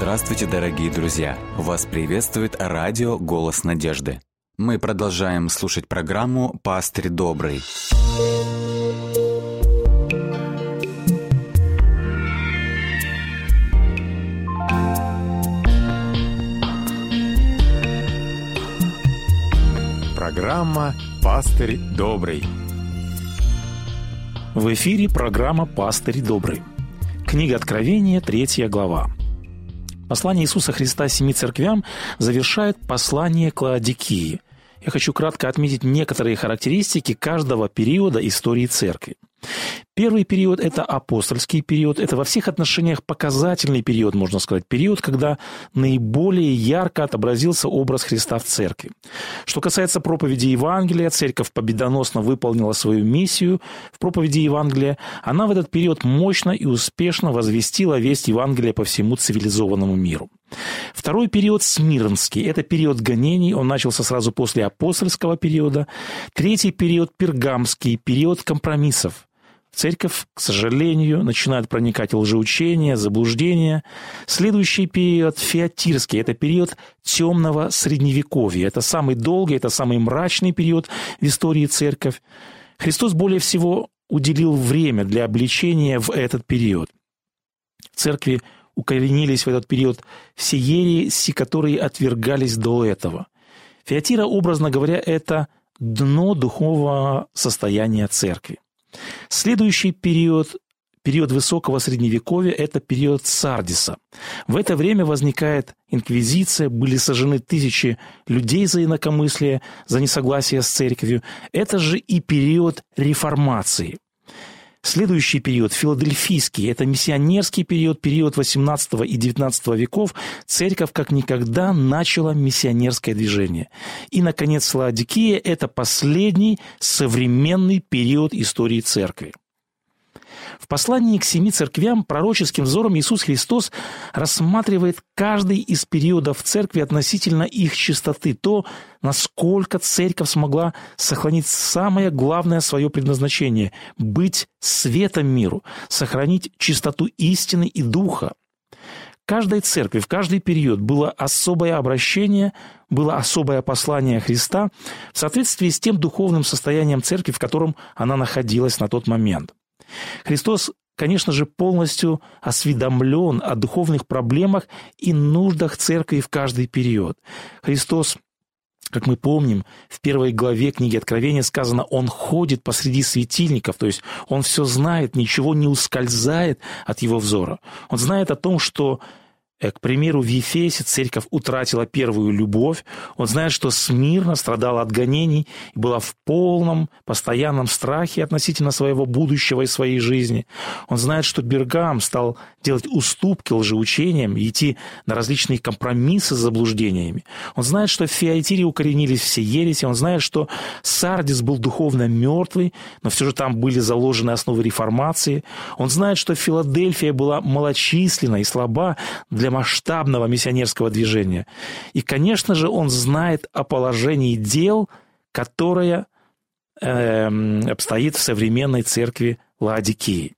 Здравствуйте, дорогие друзья! Вас приветствует радио «Голос надежды». Мы продолжаем слушать программу «Пастырь добрый». Программа «Пастырь добрый». В эфире программа «Пастырь добрый». Книга Откровения, 3 глава. Послание Иисуса Христа 7 церквям завершает послание к Лаодикии. Я хочу кратко отметить некоторые характеристики каждого периода истории церкви. Первый период – это апостольский период. Это во всех отношениях показательный период, можно сказать. Период, когда наиболее ярко отобразился образ Христа в церкви. Что касается проповеди Евангелия, церковь победоносно выполнила свою миссию в проповеди Евангелия. Она в этот период мощно и успешно возвестила весть Евангелия по всему цивилизованному миру. Второй период – Смирнский. Это период гонений, он начался сразу после апостольского периода. Третий период – Пергамский, период компромиссов. В церковь, к сожалению, начинают проникать лжеучения, заблуждения. Следующий период – Фиатирский. Это период темного средневековья. Это самый долгий, это самый мрачный период в истории церкви. Христос более всего уделил время для обличения в этот период. В церкви укоренились в этот период все ереси, которые отвергались до этого. Фиатира, образно говоря, это дно духовного состояния церкви. Следующий период высокого средневековья – это период Сардиса. В это время возникает инквизиция, были сожжены тысячи людей за инакомыслие, за несогласие с церковью. Это же и период реформации. Следующий период, филадельфийский, это миссионерский период, период 18 и 19 веков. Церковь как никогда начала миссионерское движение. И, наконец, Лаодикия – это последний современный период истории церкви. В послании к 7 церквям пророческим взором Иисус Христос рассматривает каждый из периодов церкви относительно их чистоты, то, насколько церковь смогла сохранить самое главное свое предназначение – быть светом миру, сохранить чистоту истины и духа. Каждой церкви в каждый период было особое обращение, было особое послание Христа в соответствии с тем духовным состоянием церкви, в котором она находилась на тот момент. Христос, конечно же, полностью осведомлен о духовных проблемах и нуждах церкви в каждый период. Христос, как мы помним, в 1 главе книги Откровения сказано, Он ходит посреди светильников, то есть Он все знает, ничего не ускользает от Его взора. Он знает о том, что, к примеру, в Ефесе церковь утратила первую любовь. Он знает, что Смирна страдала от гонений и была в полном, постоянном страхе относительно своего будущего и своей жизни. Он знает, что Пергам стал делать уступки лжеучениям и идти на различные компромиссы с заблуждениями. Он знает, что в Фиатире укоренились все ереси. Он знает, что Сардис был духовно мертвый, но все же там были заложены основы реформации. Он знает, что Филадельфия была малочисленна и слаба для масштабного миссионерского движения. И, конечно же, он знает о положении дел, которое обстоит в современной церкви Лаодикии.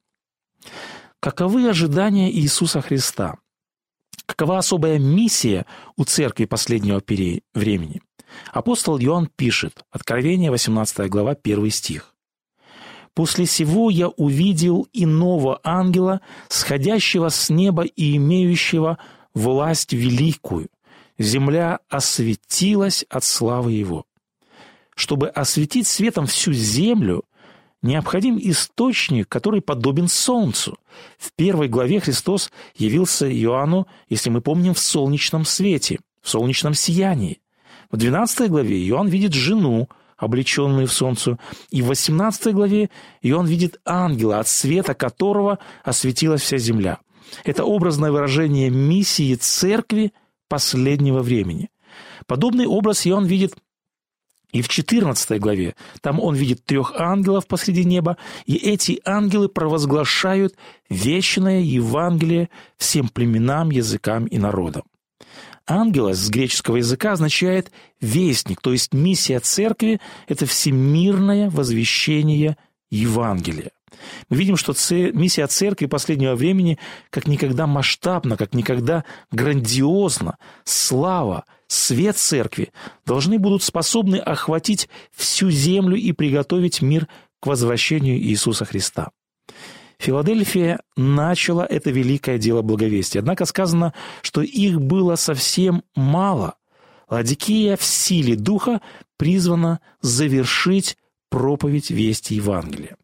Каковы ожидания Иисуса Христа? Какова особая миссия у церкви последнего времени? Апостол Иоанн пишет, Откровение, 18 глава, 1 стих. «После сего я увидел иного ангела, сходящего с неба и имеющего власть великую. Земля осветилась от славы его». Чтобы осветить светом всю землю, необходим источник, который подобен солнцу. В 1 главе Христос явился Иоанну, если мы помним, в солнечном свете, в солнечном сиянии. В 12 главе Иоанн видит жену, облеченную в солнце, и в 18 главе Иоанн видит ангела, от света которого осветилась вся земля. Это образное выражение миссии церкви последнего времени. Подобный образ Иоанн видит и в 14 главе. Там он видит 3 ангелов посреди неба, и эти ангелы провозглашают вечное Евангелие всем племенам, языкам и народам. Ангелос с греческого языка означает «вестник», то есть миссия церкви – это всемирное возвещение Евангелия. Мы видим, что миссия церкви последнего времени как никогда масштабна, как никогда грандиозна. Слава, свет церкви должны будут способны охватить всю землю и приготовить мир к возвращению Иисуса Христа. Филадельфия начала это великое дело благовестия. Однако сказано, что их было совсем мало. Ладикия в силе Духа призвана завершить проповедь вести Евангелия.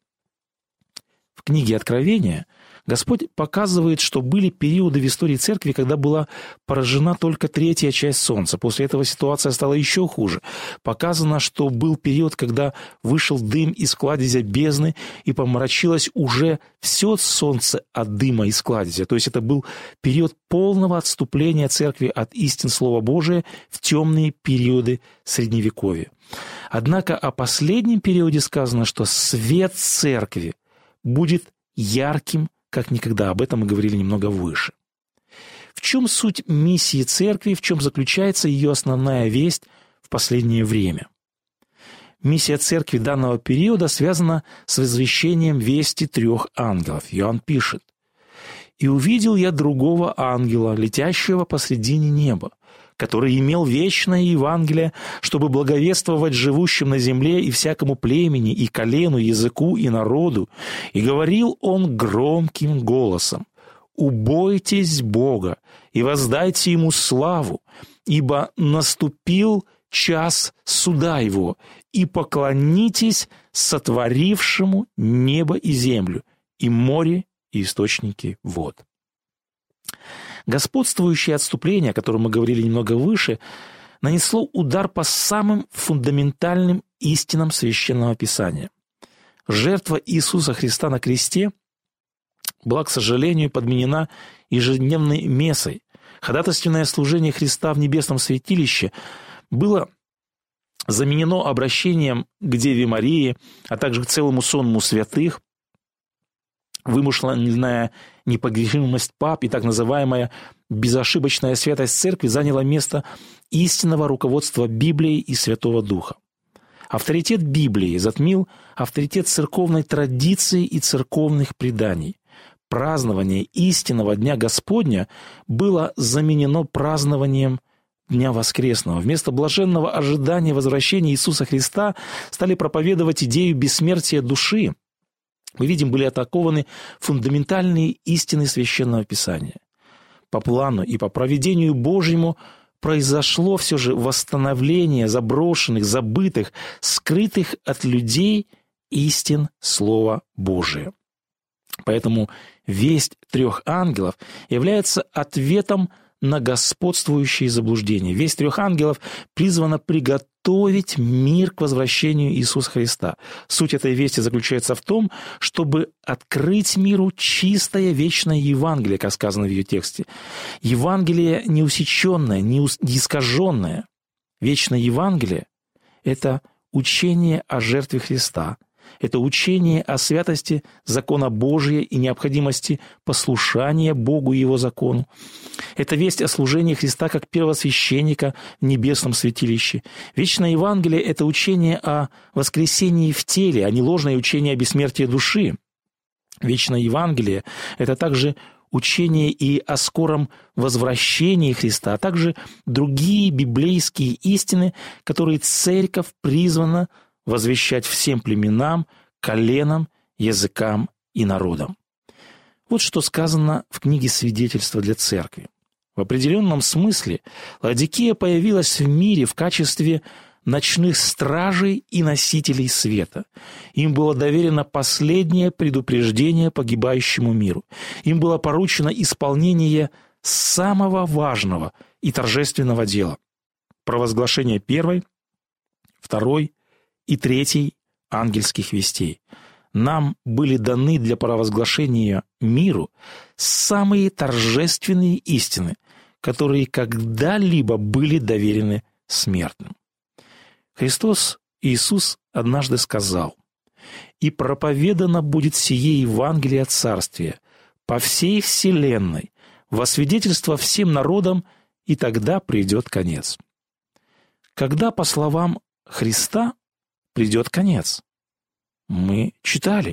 В книге Откровения Господь показывает, что были периоды в истории церкви, когда была поражена только третья часть солнца. После этого ситуация стала еще хуже. Показано, что был период, когда вышел дым из кладезя бездны и помрачилось уже все солнце от дыма из кладезя. То есть это был период полного отступления церкви от истин Слова Божия в темные периоды Средневековья. Однако о последнем периоде сказано, что свет церкви будет ярким, как никогда. Об этом мы говорили немного выше. В чем суть миссии церкви, в чем заключается ее основная весть в последнее время? Миссия церкви данного периода связана с возвещением вести 3 ангелов. Иоанн пишет: «И увидел я другого ангела, летящего посредине неба, который имел вечное Евангелие, чтобы благовествовать живущим на земле и всякому племени, и колену, языку, и народу. И говорил он громким голосом: убойтесь Бога и воздайте Ему славу, ибо наступил час суда Его, и поклонитесь сотворившему небо и землю, и море, и источники вод». Господствующее отступление, о котором мы говорили немного выше, нанесло удар по самым фундаментальным истинам Священного Писания. Жертва Иисуса Христа на кресте была, к сожалению, подменена ежедневной мессой. Ходатайственное служение Христа в небесном святилище было заменено обращением к Деве Марии, а также к целому сонму святых. Вымышленная непогрешимость пап и так называемая безошибочная святость церкви заняла место истинного руководства Библией и Святого Духа. Авторитет Библии затмил авторитет церковной традиции и церковных преданий. Празднование истинного Дня Господня было заменено празднованием Дня Воскресного. Вместо блаженного ожидания возвращения Иисуса Христа стали проповедовать идею бессмертия души. Мы видим, были атакованы фундаментальные истины Священного Писания. По плану и по провидению Божьему произошло все же восстановление заброшенных, забытых, скрытых от людей истин Слова Божия. Поэтому весть 3 ангелов является ответом на господствующие заблуждения. Весть 3 ангелов призвана приготовить мир к возвращению Иисуса Христа. Суть этой вести заключается в том, чтобы открыть миру чистое вечное Евангелие, как сказано в ее тексте. Евангелие неусеченное, не искаженное. Вечное Евангелие – это учение о жертве Христа. Это учение о святости закона Божия и необходимости послушания Богу и Его закону. Это весть о служении Христа как первосвященника в небесном святилище. Вечное Евангелие – это учение о воскресении в теле, а не ложное учение о бессмертии души. Вечное Евангелие – это также учение и о скором возвращении Христа, а также другие библейские истины, которые Церковь призвана возвещать всем племенам, коленам, языкам и народам. Вот что сказано в книге «Свидетельства для церкви». В определенном смысле Лаодикея появилась в мире в качестве ночных стражей и носителей света. Им было доверено последнее предупреждение погибающему миру. Им было поручено исполнение самого важного и торжественного дела – провозглашение 1, 2 и 3 ангельских вестей. Нам были даны для провозглашения миру самые торжественные истины, которые когда-либо были доверены смертным. Христос Иисус однажды сказал: «И проповедано будет сие Евангелие Царствия по всей вселенной, во свидетельство всем народам, и тогда придет конец». Когда, по словам Христа, придет конец? Мы читали,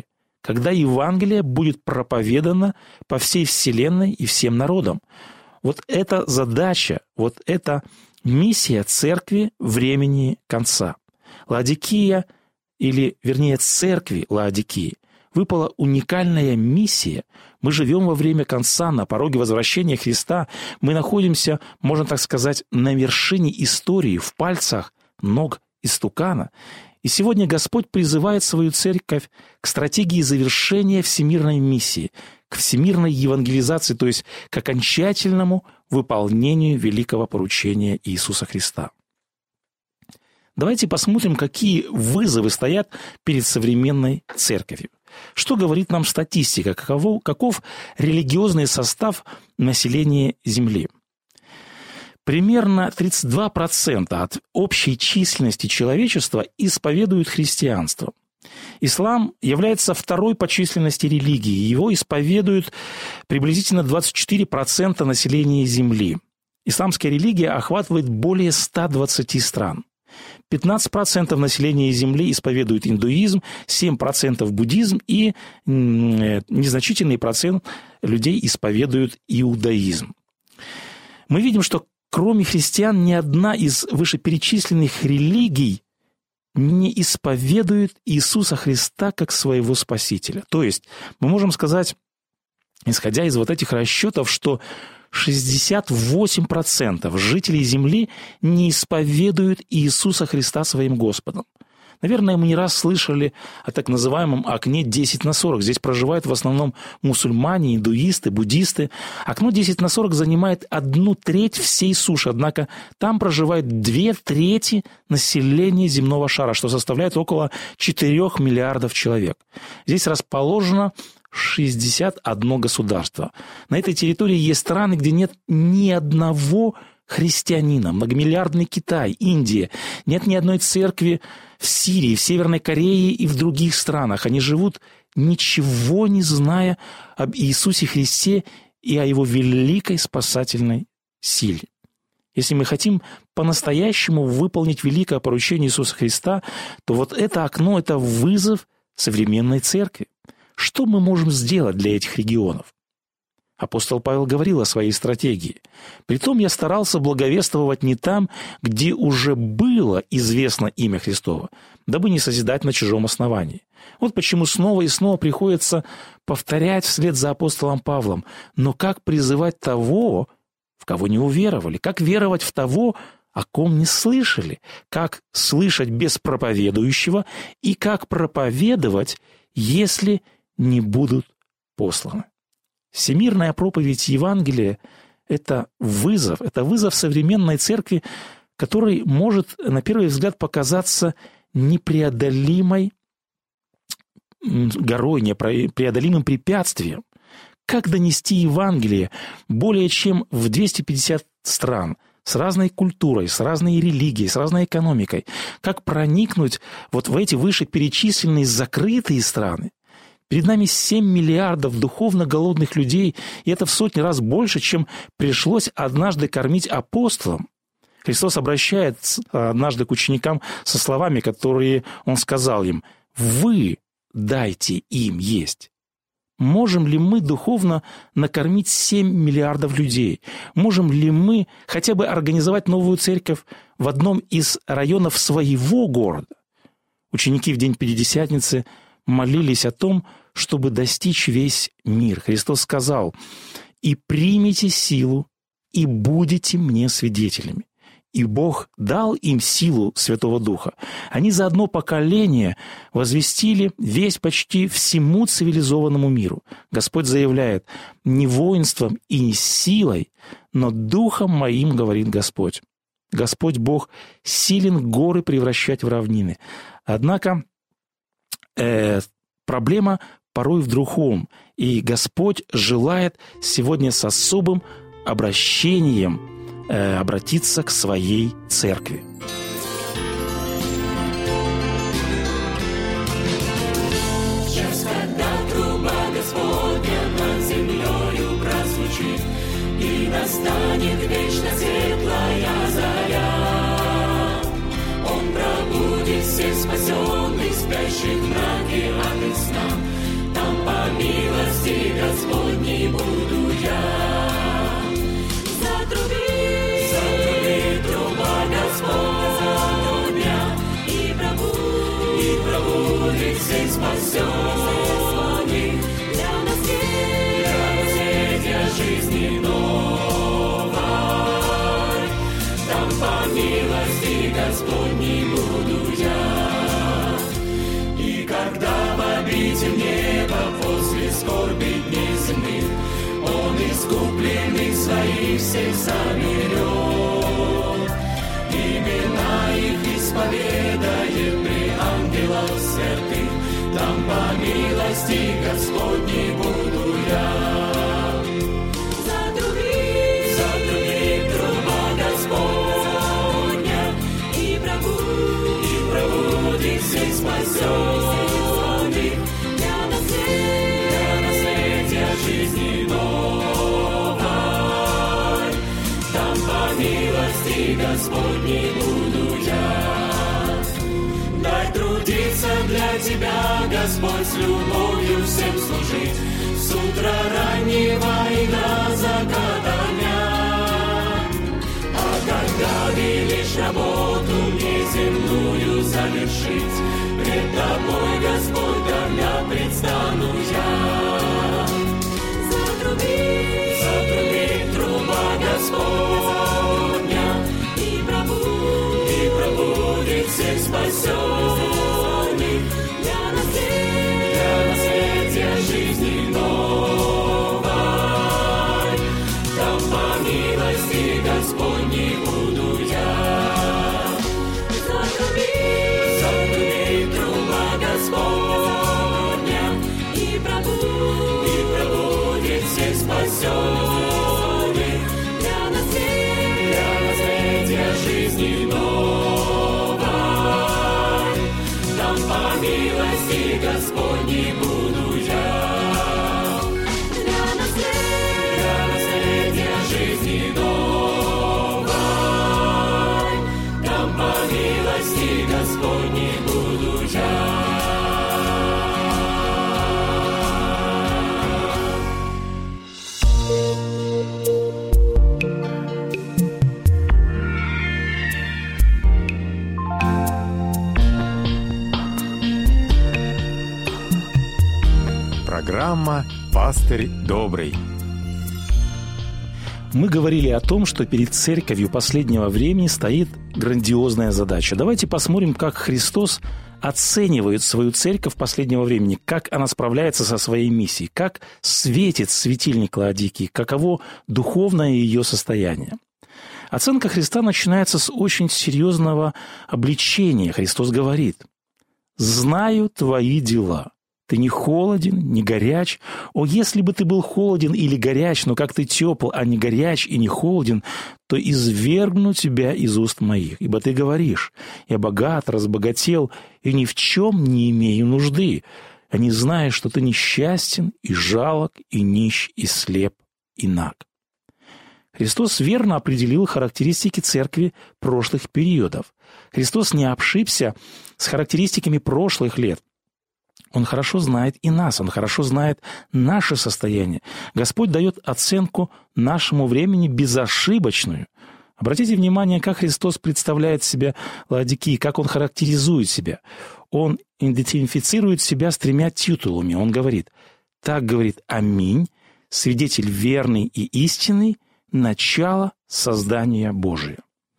когда Евангелие будет проповедано по всей вселенной и всем народам. Вот эта задача, вот эта миссия церкви времени конца. Лаодикия, или, вернее, церкви Лаодикии, выпала уникальная миссия. Мы живем во время конца, на пороге возвращения Христа. Мы находимся, можно так сказать, на вершине истории, в пальцах ног истукана. И сегодня Господь призывает свою церковь к стратегии завершения всемирной миссии, к всемирной евангелизации, то есть к окончательному выполнению великого поручения Иисуса Христа. Давайте посмотрим, какие вызовы стоят перед современной церковью. Что говорит нам статистика? Каков религиозный состав населения Земли? Примерно 32% от общей численности человечества исповедуют христианство. Ислам является второй по численности религией. Его исповедуют приблизительно 24% населения Земли. Исламская религия охватывает более 120 стран. 15% населения Земли исповедует индуизм, 7% буддизм и незначительный процент людей исповедуют иудаизм. Мы видим, что кроме христиан ни одна из вышеперечисленных религий не исповедует Иисуса Христа как своего Спасителя. То есть мы можем сказать, исходя из вот этих расчетов, что 68% жителей Земли не исповедуют Иисуса Христа своим Господом. Наверное, мы не раз слышали о так называемом окне 10/40. Здесь проживают в основном мусульмане, индуисты, буддисты. Окно 10/40 занимает 1/3 всей суши, однако там проживает 2/3 населения земного шара, что составляет около 4 миллиардов человек. Здесь расположено 61 государство. На этой территории есть страны, где нет ни одного христианина. Многомиллиардный Китай, Индия. Нет ни одной церкви в Сирии, в Северной Корее и в других странах. Они живут, ничего не зная об Иисусе Христе и о Его великой спасательной силе. Если мы хотим по-настоящему выполнить великое поручение Иисуса Христа, то вот это окно – это вызов современной церкви. Что мы можем сделать для этих регионов? Апостол Павел говорил о своей стратегии. «Притом я старался благовествовать не там, где уже было известно имя Христово, дабы не созидать на чужом основании». Вот почему снова и снова приходится повторять вслед за апостолом Павлом. Но как призывать того, в кого не уверовали? Как веровать в того, о ком не слышали? Как слышать без проповедующего? И как проповедовать, если не будут посланы? Всемирная проповедь Евангелия – это вызов современной церкви, который может, на первый взгляд, показаться непреодолимой горой, непреодолимым препятствием. Как донести Евангелие более чем в 250 стран, с разной культурой, с разной религией, с разной экономикой? Как проникнуть вот в эти вышеперечисленные закрытые страны? Перед нами 7 миллиардов духовно голодных людей, и это в сотни раз больше, чем пришлось однажды кормить апостолам. Христос обращается однажды к ученикам со словами, которые Он сказал им: «Вы дайте им есть». Можем ли мы духовно накормить 7 миллиардов людей? Можем ли мы хотя бы организовать новую церковь в одном из районов своего города? Ученики в день Пятидесятницы молились о том, чтобы достичь весь мир. Христос сказал: «И примите силу, и будете мне свидетелями». И Бог дал им силу Святого Духа. Они за одно поколение возвестили весть почти всему цивилизованному миру. Господь заявляет: «Не воинством и не силой, но Духом Моим, говорит Господь». Господь Бог силен горы превращать в равнины. Однако проблема порой в другом. И Господь желает сегодня с особым обращением обратиться к своей церкви. Час, когда труба Господня над землею прозвучит, и настанет вечно светлая заря. Он пробудит всех спасенных, спящих в мраке ад и сна. милости Господней буду я. Затруби труба Господня, и пробудит всех спасенных для наследия жизни новой. Там по милости Господней буду я. И когда в обитель неба после скорби дней земных Он искупленных своих всех соберет, имена их исповедает при ангелах святых, там по милости Господней буду я. Затруби труба Господня, и пробудит всех спасенных для наследия жизни новой. Там по милости Господней буду я. Дай трудиться для Тебя, Господь, с любовью всем служить, с утра раннего и до заката дня. А когда велишь работу мне земную завершить, пред Тобой, Господь, давня предстану я. Затруби труба Господня, и пробудит всех спасенных для наследия жизни новой. Там по милости Господней буду я. Затруби труба Господня, и пробудит всех спасенных для наследия жизни новой. Там по милости Господней буду я. Для наследия жизни новой. Там по милости Господней буду я. Программа «Пастырь добрый». Мы говорили о том, что перед церковью последнего времени стоит грандиозная задача. Давайте посмотрим, как Христос оценивает свою церковь последнего времени, как она справляется со своей миссией, как светит светильник Лаодикии, каково духовное ее состояние. Оценка Христа начинается с очень серьезного обличения. Христос говорит: «Знаю твои дела. Ты не холоден, не горяч. О, если бы ты был холоден или горяч, но как ты тепл, а не горяч и не холоден, то извергну тебя из уст моих. Ибо ты говоришь: я богат, разбогател, и ни в чем не имею нужды, а не знаешь, что ты несчастен, и жалок, и нищ, и слеп, и наг». Христос верно определил характеристики церкви прошлых периодов. Христос не ошибся с характеристиками прошлых лет. Он хорошо знает и нас, Он хорошо знает наше состояние. Господь дает оценку нашему времени безошибочную. Обратите внимание, как Христос представляет себя Лаодикии, как Он характеризует себя. Он идентифицирует себя с 3 титулами. Он говорит: «Так говорит Аминь, свидетель верный и истинный, начало создания Божия».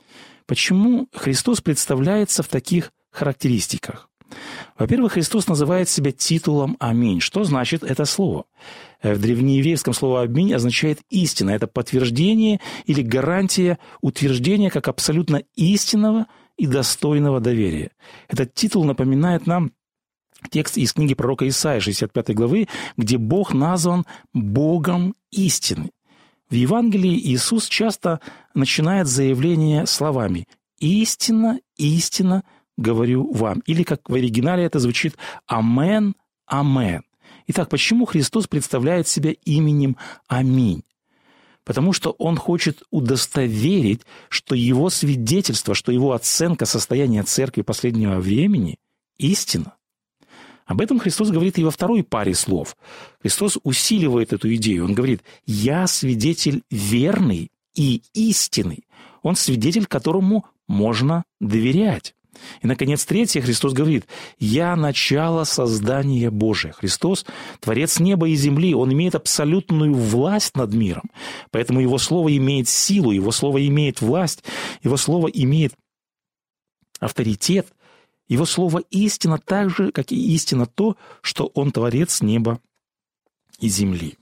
Почему Христос представляется в таких характеристиках? Во-первых, Христос называет себя титулом «Аминь». Что значит это слово? В древнееврейском слово «аминь» означает «истина». Это подтверждение или гарантия утверждения как абсолютно истинного и достойного доверия. Этот титул напоминает нам текст из книги пророка Исаии, 65 главы, где Бог назван Богом истины. В Евангелии Иисус часто начинает заявление словами «Истина, истина, говорю вам». Или, как в оригинале это звучит, «Амен, амен». Итак, почему Христос представляет себя именем Аминь? Потому что Он хочет удостоверить, что Его свидетельство, что Его оценка состояния церкви последнего времени – истина. Об этом Христос говорит и во второй паре слов. Христос усиливает эту идею. Он говорит: «Я свидетель верный и истинный». Он свидетель, которому можно доверять. И, наконец, третье, Христос говорит: «Я начало создания Божия». Христос – Творец неба и земли, Он имеет абсолютную власть над миром, поэтому Его Слово имеет силу, Его Слово имеет власть, Его Слово имеет авторитет, Его Слово истина так же, как и истина то, что Он Творец неба и земли.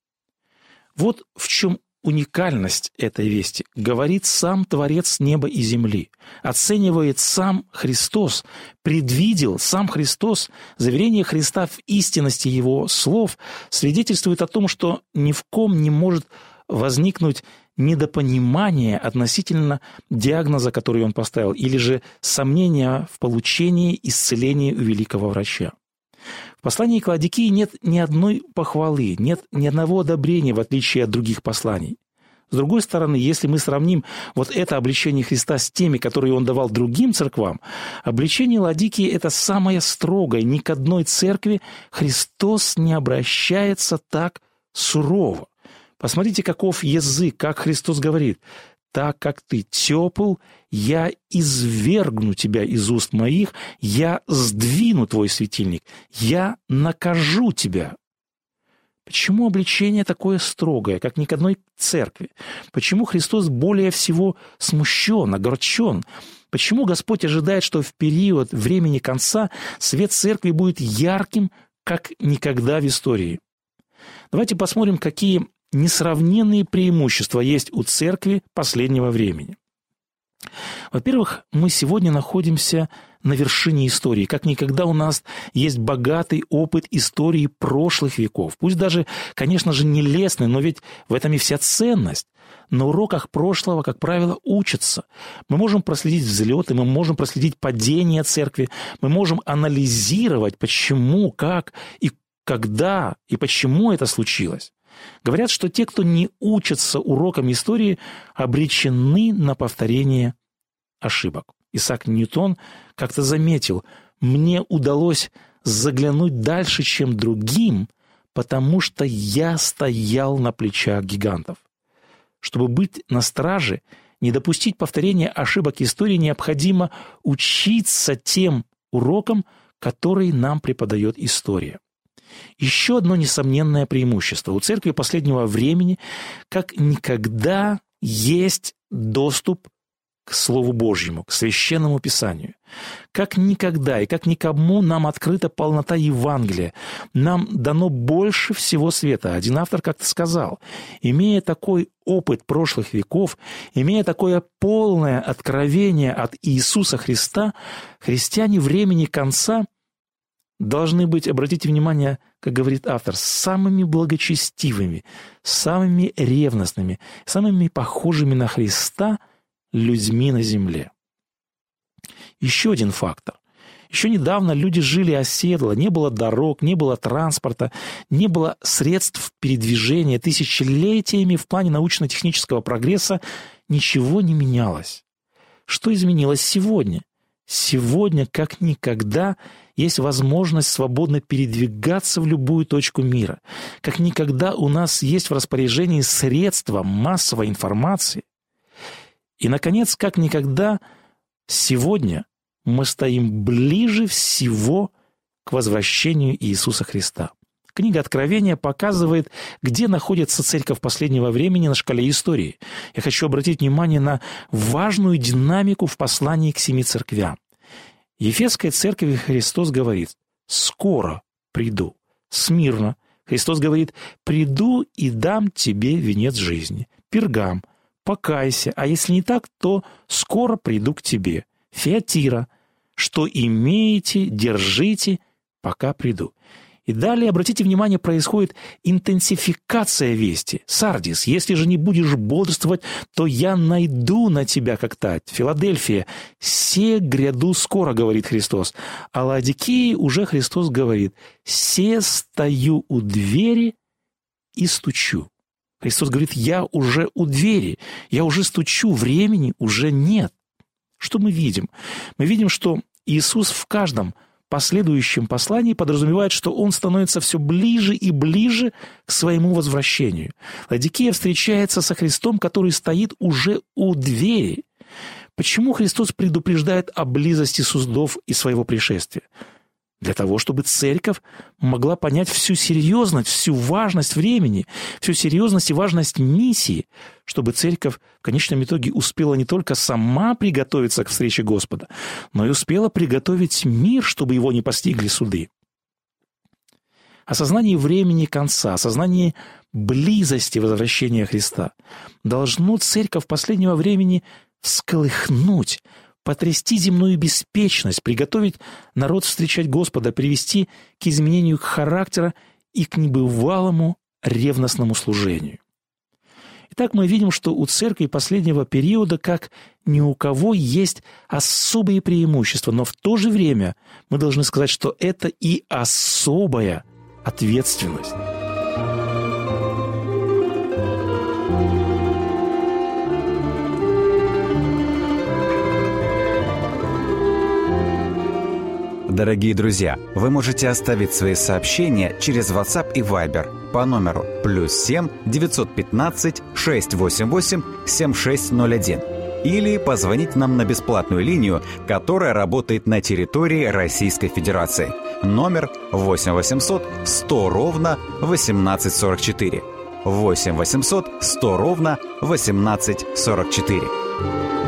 Вот в чем уникальность этой вести. Говорит сам Творец неба и земли. Оценивает сам Христос. Предвидел сам Христос. Заверение Христа в истинности Его слов свидетельствует о том, что ни в ком не может возникнуть недопонимание относительно диагноза, который Он поставил, или же сомнения в получении исцеления у великого врача. В послании к Лаодикии нет ни одной похвалы, нет ни одного одобрения, в отличие от других посланий. С другой стороны, если мы сравним вот это обличение Христа с теми, которые Он давал другим церквам, обличение Лаодикии – это самое строгое. Ни к одной церкви Христос не обращается так сурово. Посмотрите, каков язык, как Христос говорит: «Так как ты тепл, я извергну тебя из уст моих, я сдвину твой светильник, я накажу тебя». Почему обличение такое строгое, как ни к одной церкви? Почему Христос более всего смущен, огорчен? Почему Господь ожидает, что в период времени конца свет церкви будет ярким, как никогда в истории? Давайте посмотрим, какие несравненные преимущества есть у церкви последнего времени. Во-первых, мы сегодня находимся на вершине истории. Как никогда у нас есть богатый опыт истории прошлых веков. Пусть даже, конечно же, нелестный, но ведь в этом и вся ценность. На уроках прошлого, как правило, учатся. Мы можем проследить взлеты, мы можем проследить падение церкви, мы можем анализировать, почему, как и когда и почему это случилось. Говорят, что те, кто не учатся урокам истории, обречены на повторение ошибок. Исаак Ньютон как-то заметил: «Мне удалось заглянуть дальше, чем другим, потому что я стоял на плечах гигантов». Чтобы быть на страже, не допустить повторения ошибок истории, необходимо учиться тем урокам, которые нам преподает история. Еще одно несомненное преимущество. У церкви последнего времени как никогда есть доступ к Слову Божьему, к Священному Писанию. Как никогда и как никому нам открыта полнота Евангелия. Нам дано больше всего света. Один автор как-то сказал: имея такой опыт прошлых веков, имея такое полное откровение от Иисуса Христа, христиане времени конца должны быть, обратите внимание, как говорит автор, самыми благочестивыми, самыми ревностными, самыми похожими на Христа людьми на земле. Еще один фактор. Еще недавно люди жили оседло, не было дорог, не было транспорта, не было средств передвижения. Тысячелетиями в плане научно-технического прогресса ничего не менялось. Что изменилось сегодня? Сегодня, как никогда, есть возможность свободно передвигаться в любую точку мира. Как никогда у нас есть в распоряжении средства массовой информации. И, наконец, как никогда, сегодня мы стоим ближе всего к возвращению Иисуса Христа. Книга Откровения показывает, где находится церковь последнего времени на шкале истории. Я хочу обратить внимание на важную динамику в послании к 7 церквям. Ефесской церкви Христос говорит: «Скоро приду». Смирна Христос говорит: «Приду и дам тебе венец жизни». Пергам: «Покайся, а если не так, то скоро приду к тебе». Фиатира: «Что имеете, держите, пока приду». И далее, обратите внимание, происходит интенсификация вести. Сардис: «Если же не будешь бодрствовать, то я найду на тебя как тать». Филадельфия: «Се гряду скоро», говорит Христос. А Лаодикии уже Христос говорит: «Се стою у двери и стучу». Христос говорит: «Я уже у двери, я уже стучу, времени уже нет». Что мы видим? Мы видим, что Иисус в каждом последующем послании подразумевает, что он становится все ближе и ближе к своему возвращению. Ладикия встречается со Христом, который стоит уже у двери. Почему Христос предупреждает о близости судов и своего пришествия? Для того, чтобы церковь могла понять всю серьезность, всю важность времени, всю серьезность и важность миссии, чтобы церковь в конечном итоге успела не только сама приготовиться к встрече Господа, но и успела приготовить мир, чтобы его не постигли суды. Осознание времени конца, осознание близости возвращения Христа должно церковь последнего времени всколыхнуть, потрясти земную беспечность, приготовить народ встречать Господа, привести к изменению характера и к небывалому ревностному служению. Итак, мы видим, что у церкви последнего периода, как ни у кого, есть особые преимущества, но в то же время мы должны сказать, что это и особая ответственность. Дорогие друзья, вы можете оставить свои сообщения через WhatsApp и Viber по номеру +7 915 688 7601 или позвонить нам на бесплатную линию, которая работает на территории Российской Федерации. Номер 8 800 100 ровно 1844. 8 800 100 ровно 1844.